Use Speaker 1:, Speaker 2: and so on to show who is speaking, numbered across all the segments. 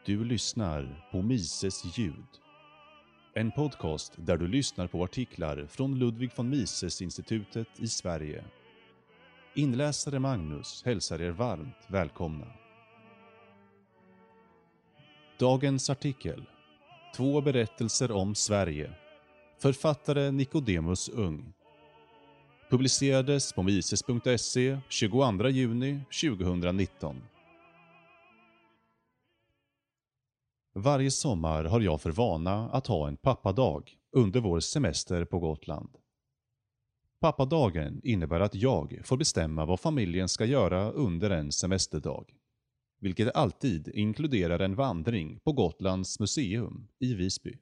Speaker 1: Du lyssnar på Mises ljud. En podcast där du lyssnar på artiklar från Ludwig von Mises-institutet i Sverige. Inläsare Magnus hälsar er varmt välkomna. Dagens artikel. 2 berättelser om Sverige. Författare Nicodemus Ung. Publicerades på mises.se 22 juni 2019. Varje sommar har jag för vana att ha en pappadag under vår semester på Gotland. Pappadagen innebär att jag får bestämma vad familjen ska göra under en semesterdag, vilket alltid inkluderar en vandring på Gotlands museum i Visby.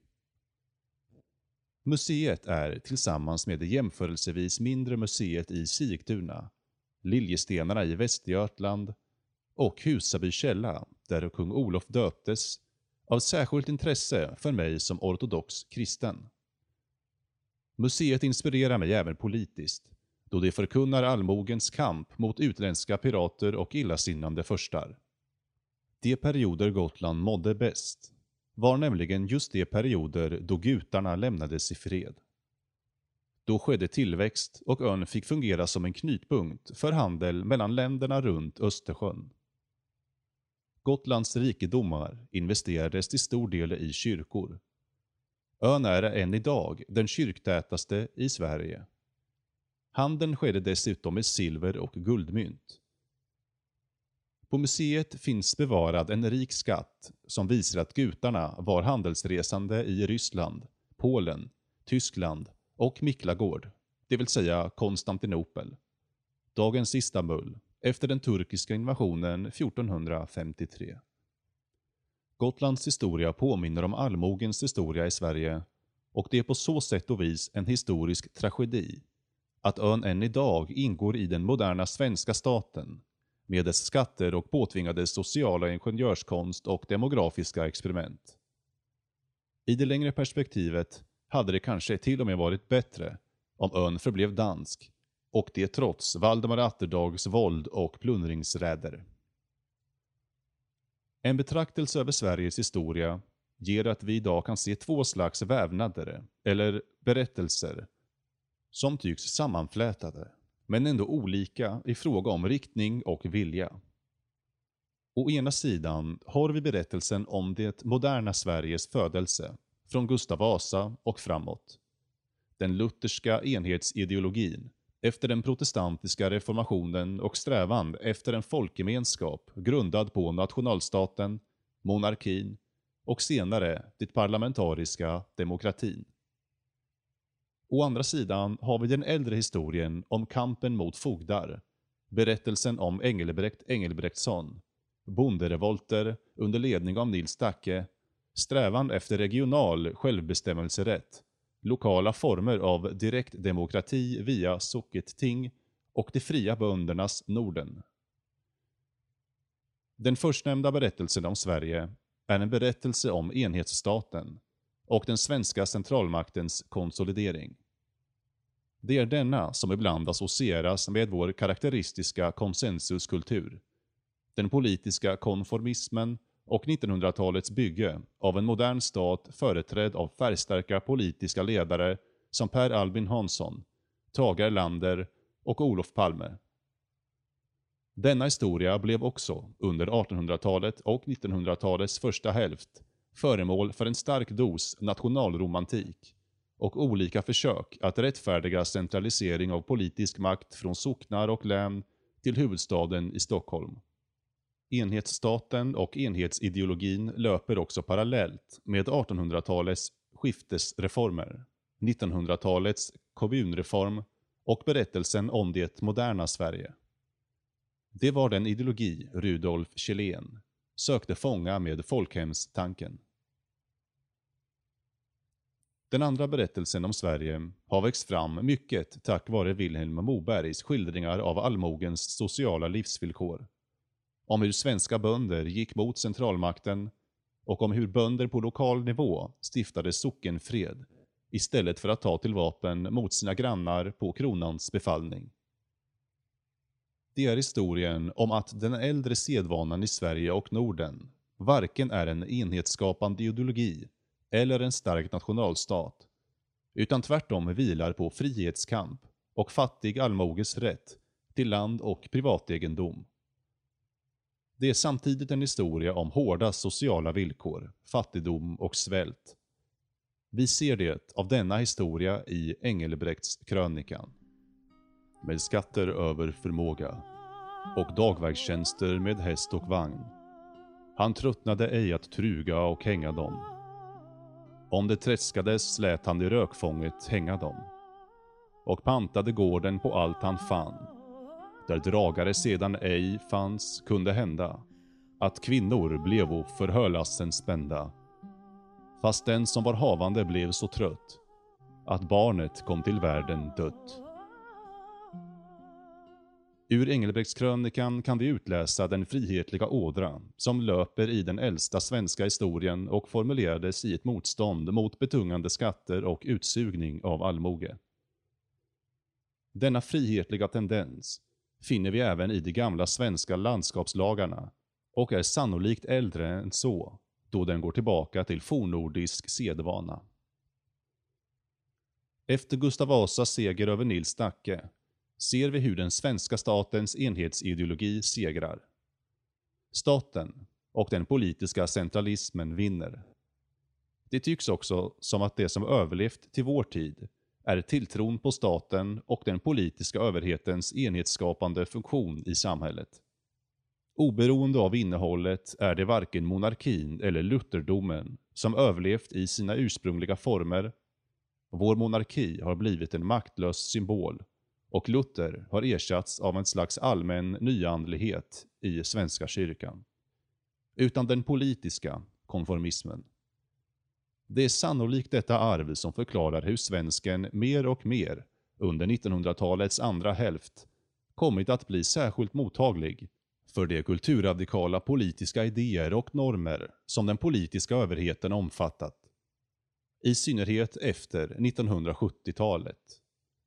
Speaker 1: Museet är tillsammans med det jämförelsevis mindre museet i Sigtuna, Liljestenarna i Västergötland och Husaby källa där kung Olof döptes av särskilt intresse för mig som ortodox kristen. Museet inspirerar mig även politiskt, då det förkunnar allmogens kamp mot utländska pirater och illasinnande förstar. De perioder Gotland mådde bäst var nämligen just de perioder då gutarna lämnades i fred. Då skedde tillväxt och ön fick fungera som en knutpunkt för handel mellan länderna runt Östersjön. Gotlands rikedomar investerades till stor del i kyrkor. Ön är än idag den kyrktätaste i Sverige. Handeln skedde dessutom med silver och guldmynt. På museet finns bevarad en rik skatt som visar att gutarna var handelsresande i Ryssland, Polen, Tyskland och Miklagård, det vill säga Konstantinopel. Dagens Istanbul, efter den turkiska invasionen 1453. Gotlands historia påminner om allmogens historia i Sverige, och det är på så sätt och vis en historisk tragedi att ön än idag ingår i den moderna svenska staten med dess skatter och påtvingade sociala ingenjörskonst och demografiska experiment. I det längre perspektivet hade det kanske till och med varit bättre om ön förblev dansk, och det trots Valdemar Atterdags våld och plundringsräder. En betraktelse över Sveriges historia ger att vi idag kan se 2 slags vävnader, eller berättelser, som tycks sammanflätade, men ändå olika i fråga om riktning och vilja. Å ena sidan har vi berättelsen om det moderna Sveriges födelse, från Gustav Vasa och framåt. Den lutherska enhetsideologin efter den protestantiska reformationen och strävan efter en folkgemenskap grundad på nationalstaten, monarkin och senare det parlamentariska demokratin. Å andra sidan har vi den äldre historien om kampen mot fogdar, berättelsen om Engelbrekt Engelbrektsson, bonderevolter under ledning av Nils Dacke, strävan efter regional självbestämmelserätt, lokala former av direktdemokrati via socketting och de fria böndernas Norden. Den förstnämnda berättelsen om Sverige är en berättelse om enhetsstaten och den svenska centralmaktens konsolidering. Det är denna som ibland associeras med vår karaktäristiska konsensuskultur, den politiska konformismen och 1900-talets bygge av en modern stat företrädd av färgstarka politiska ledare som Per Albin Hansson, Tage Erlander och Olof Palme. Denna historia blev också under 1800-talet och 1900-talets första hälft föremål för en stark dos nationalromantik och olika försök att rättfärdiga centralisering av politisk makt från socknar och län till huvudstaden i Stockholm. Enhetsstaten och enhetsideologin löper också parallellt med 1800-talets skiftesreformer, 1900-talets kommunreform och berättelsen om det moderna Sverige. Det var den ideologi Rudolf Kjellén sökte fånga med folkhemstanken. Den andra berättelsen om Sverige har växt fram mycket tack vare Vilhelm Mobergs skildringar av allmogens sociala livsvillkor. Om hur svenska bönder gick mot centralmakten och om hur bönder på lokal nivå stiftade sockenfred istället för att ta till vapen mot sina grannar på kronans befallning. Det är historien om att den äldre sedvanan i Sverige och Norden varken är en enhetsskapande ideologi eller en stark nationalstat, utan tvärtom vilar på frihetskamp och fattig allmoges rätt till land och privategendom. Det är samtidigt en historia om hårda sociala villkor, fattigdom och svält. Vi ser det av denna historia i Engelbrekts krönikan. Med skatter över förmåga och dagverkstjänster med häst och vagn. Han tröttnade ej att truga och hänga dem. Om det träskades lät han i rökfånget hänga dem. Och pantade gården på allt han fann. Där dragare sedan ej fanns kunde hända att kvinnor blevo för hörlassen spända. Fast den som var havande blev så trött att barnet kom till världen dött. Ur Engelbrektskrönikan kan vi utläsa den frihetliga ådra som löper i den äldsta svenska historien och formulerades i ett motstånd mot betungande skatter och utsugning av allmoge. Denna frihetliga tendens finner vi även i de gamla svenska landskapslagarna och är sannolikt äldre än så, då den går tillbaka till fornnordisk sedvana. Efter Gustav Vasas seger över Nils Dacke ser vi hur den svenska statens enhetsideologi segrar. Staten och den politiska centralismen vinner. Det tycks också som att det som överlevt till vår tid är tilltron på staten och den politiska överhetens enhetsskapande funktion i samhället. Oberoende av innehållet är det varken monarkin eller lutherdomen som överlevt i sina ursprungliga former. Vår monarki har blivit en maktlös symbol och Luther har ersatts av en slags allmän nyandlighet i Svenska kyrkan. Utan den politiska konformismen. Det är sannolikt detta arv som förklarar hur svensken mer och mer under 1900-talets andra hälft kommit att bli särskilt mottaglig för de kulturradikala politiska idéer och normer som den politiska överheten omfattat. I synnerhet efter 1970-talet.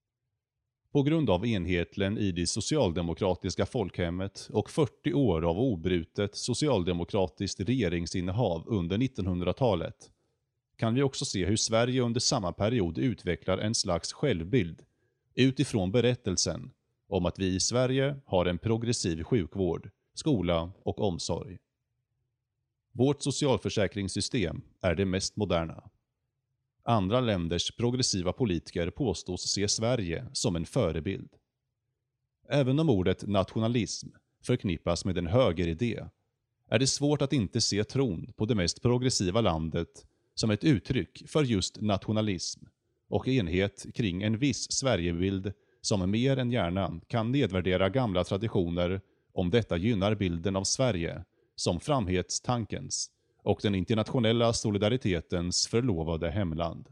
Speaker 1: På grund av enheten i det socialdemokratiska folkhemmet och 40 år av obrutet socialdemokratiskt regeringsinnehav under 1900-talet kan vi också se hur Sverige under samma period utvecklar en slags självbild utifrån berättelsen om att vi i Sverige har en progressiv sjukvård, skola och omsorg. Vårt socialförsäkringssystem är det mest moderna. Andra länders progressiva politiker påstås se Sverige som en förebild. Även om ordet nationalism förknippas med en högeridé är det svårt att inte se tron på det mest progressiva landet som ett uttryck för just nationalism och enhet kring en viss Sverigebild som mer än gärna kan nedvärdera gamla traditioner om detta gynnar bilden av Sverige som framhetstankens och den internationella solidaritetens förlovade hemland.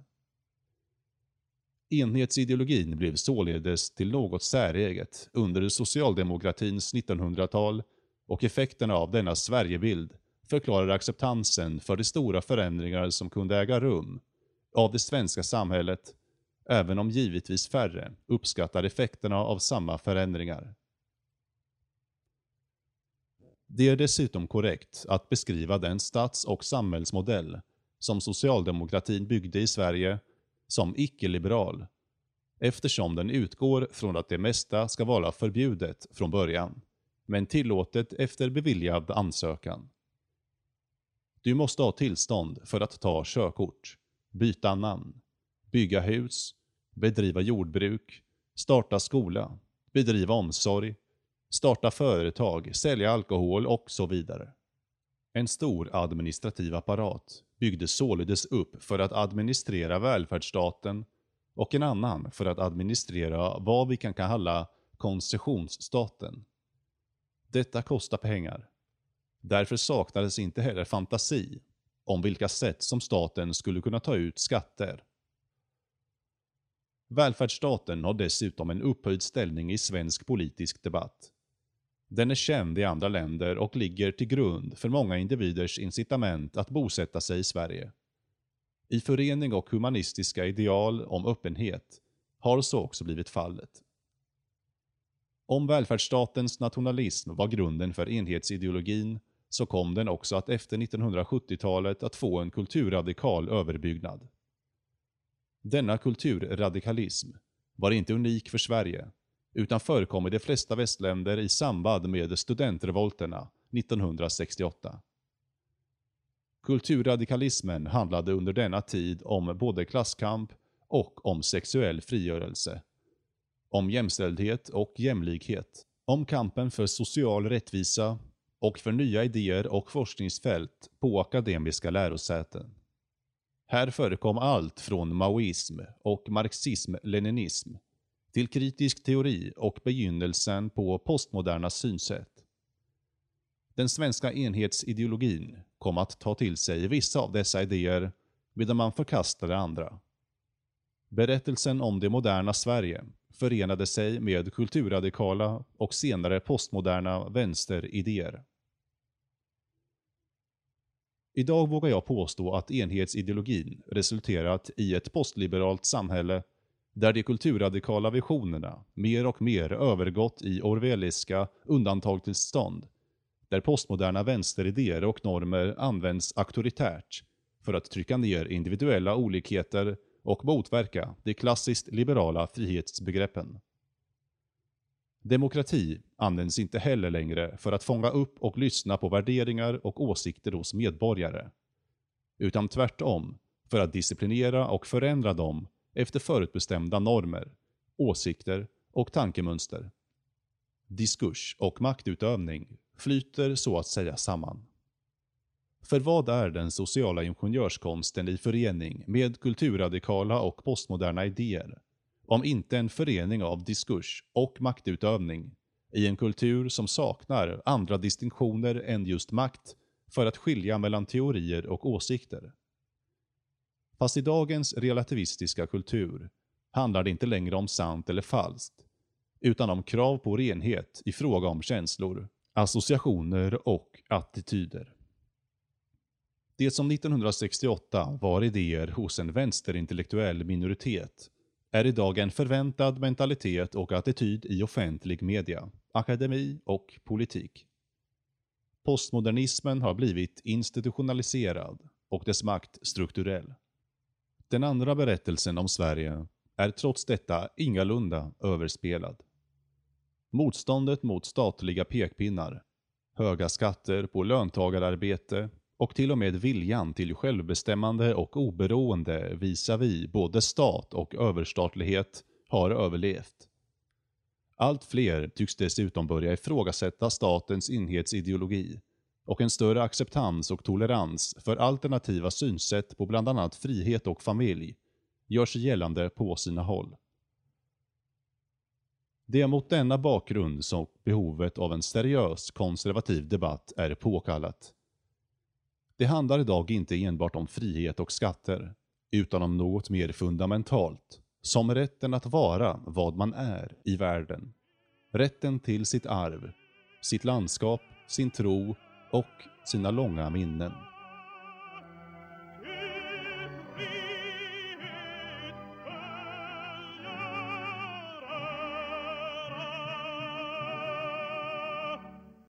Speaker 1: Enhetsideologin blev således till något säreget under socialdemokratins 1900-tal och effekterna av denna Sverigebild förklarar acceptansen för de stora förändringar som kunde äga rum av det svenska samhället, även om givetvis färre uppskattar effekterna av samma förändringar. Det är dessutom korrekt att beskriva den stats- och samhällsmodell som socialdemokratin byggde i Sverige som icke-liberal, eftersom den utgår från att det mesta ska vara förbjudet från början, men tillåtet efter beviljad ansökan. Du måste ha tillstånd för att ta körkort, byta namn, bygga hus, bedriva jordbruk, starta skola, bedriva omsorg, starta företag, sälja alkohol och så vidare. En stor administrativ apparat byggdes således upp för att administrera välfärdsstaten och en annan för att administrera vad vi kan kalla koncessionsstaten. Detta kostar pengar. Därför saknades inte heller fantasi om vilka sätt som staten skulle kunna ta ut skatter. Välfärdsstaten har dessutom en upphöjd ställning i svensk politisk debatt. Den är känd i andra länder och ligger till grund för många individers incitament att bosätta sig i Sverige. I förening och humanistiska ideal om öppenhet har så också blivit fallet. Om välfärdsstatens nationalism var grunden för enhetsideologin så kom den också att efter 1970-talet att få en kulturradikal överbyggnad. Denna kulturradikalism var inte unik för Sverige, utan förekom i de flesta västländer i samband med studentrevolterna 1968. Kulturradikalismen handlade under denna tid om både klasskamp och om sexuell frigörelse, om jämställdhet och jämlikhet, om kampen för social rättvisa och för nya idéer och forskningsfält på akademiska lärosäten. Här förekom allt från maoism och marxism-leninism till kritisk teori och begynnelsen på postmoderna synsätt. Den svenska enhetsideologin kom att ta till sig vissa av dessa idéer medan man förkastade andra. Berättelsen om det moderna Sverige förenade sig med kulturradikala och senare postmoderna vänsteridéer. Idag vågar jag påstå att enhetsideologin resulterat i ett postliberalt samhälle där de kulturradikala visionerna mer och mer övergått i orwelliska undantagstillstånd, där postmoderna vänsteridéer och normer används auktoritärt för att trycka ner individuella olikheter och motverka de klassiskt liberala frihetsbegreppen. Demokrati används inte heller längre för att fånga upp och lyssna på värderingar och åsikter hos medborgare, utan tvärtom för att disciplinera och förändra dem efter förutbestämda normer, åsikter och tankemönster. Diskurs och maktutövning flyter så att säga samman. För vad är den sociala ingenjörskonsten i förening med kulturradikala och postmoderna idéer, om inte en förening av diskurs och maktutövning i en kultur som saknar andra distinktioner än just makt för att skilja mellan teorier och åsikter? Fast i dagens relativistiska kultur handlar det inte längre om sant eller falskt, utan om krav på renhet i fråga om känslor, associationer och attityder. Det som 1968 var idéer hos en vänsterintellektuell minoritet är idag en förväntad mentalitet och attityd i offentlig media, akademi och politik. Postmodernismen har blivit institutionaliserad och dess makt strukturell. Den andra berättelsen om Sverige är trots detta ingalunda överspelad. Motståndet mot statliga pekpinnar, höga skatter på löntagararbete och till och med viljan till självbestämmande och oberoende visavi både stat och överstatlighet har överlevt. Allt fler tycks dessutom börja ifrågasätta statens enhetsideologi och en större acceptans och tolerans för alternativa synsätt på bland annat frihet och familj gör sig gällande på sina håll. Det är mot denna bakgrund som behovet av en seriös konservativ debatt är påkallat. Det handlar idag inte enbart om frihet och skatter, utan om något mer fundamentalt, som rätten att vara vad man är i världen. Rätten till sitt arv, sitt landskap, sin tro och sina långa minnen.